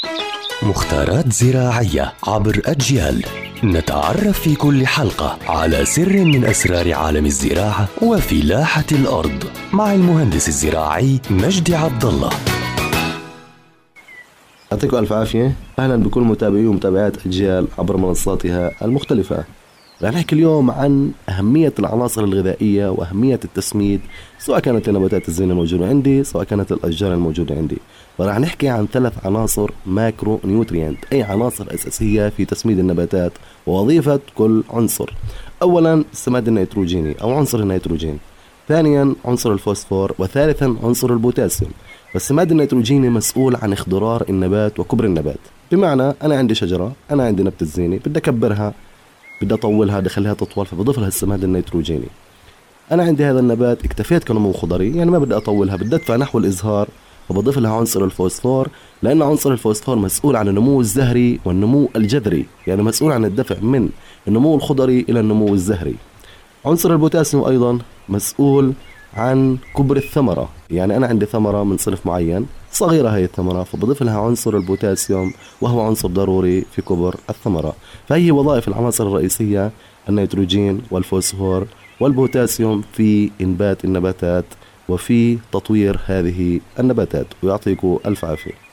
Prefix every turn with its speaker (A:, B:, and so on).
A: مختارات زراعية عبر أجيال، نتعرف في كل حلقة على سر من أسرار عالم الزراعة وفلاحة الأرض مع المهندس الزراعي مجدي عبد الله.
B: يعطيكم ألف عافية. أهلا بكل متابعي ومتابعات أجيال عبر منصاتها المختلفة. رح نحكي اليوم عن أهمية العناصر الغذائية وأهمية التسميد، سواء كانت النباتات الزينة الموجودة عندي سواء كانت الأشجار الموجودة عندي. ورح نحكي عن 3 عناصر ماكرو نيوترينت، أي عناصر أساسية في تسميد النباتات ووظيفة كل عنصر. أولا السماد النيتروجيني أو عنصر النيتروجين، ثانيا عنصر الفوسفور، وثالثا عنصر البوتاسيوم. فالسماد النيتروجيني مسؤول عن اخضرار النبات وكبر النبات، بمعنى أنا عندي شجرة، أنا عندي نبتة زينة، بدي أكبرها، بدي أطولها، بدي أخليها تطول، فبضيف لها السماد النيتروجيني. أنا عندي هذا النبات اكتفيت كنمو خضري، يعني ما بدي أطولها، بدي أدفع نحو الإزهار، فبضيف لها عنصر الفوسفور، لأن عنصر الفوسفور مسؤول عن النمو الزهري والنمو الجذري، يعني مسؤول عن الدفع من النمو الخضري إلى النمو الزهري. عنصر البوتاسيوم أيضا مسؤول عن كبر الثمرة، يعني أنا عندي ثمرة من صنف معين صغيرة هي الثمرة، فبضيف لها عنصر البوتاسيوم وهو عنصر ضروري في كبر الثمرة. فهي وظائف العناصر الرئيسية النيتروجين والفوسفور والبوتاسيوم في إنبات النباتات وفي تطوير هذه النباتات. ويعطيكم ألف عافية.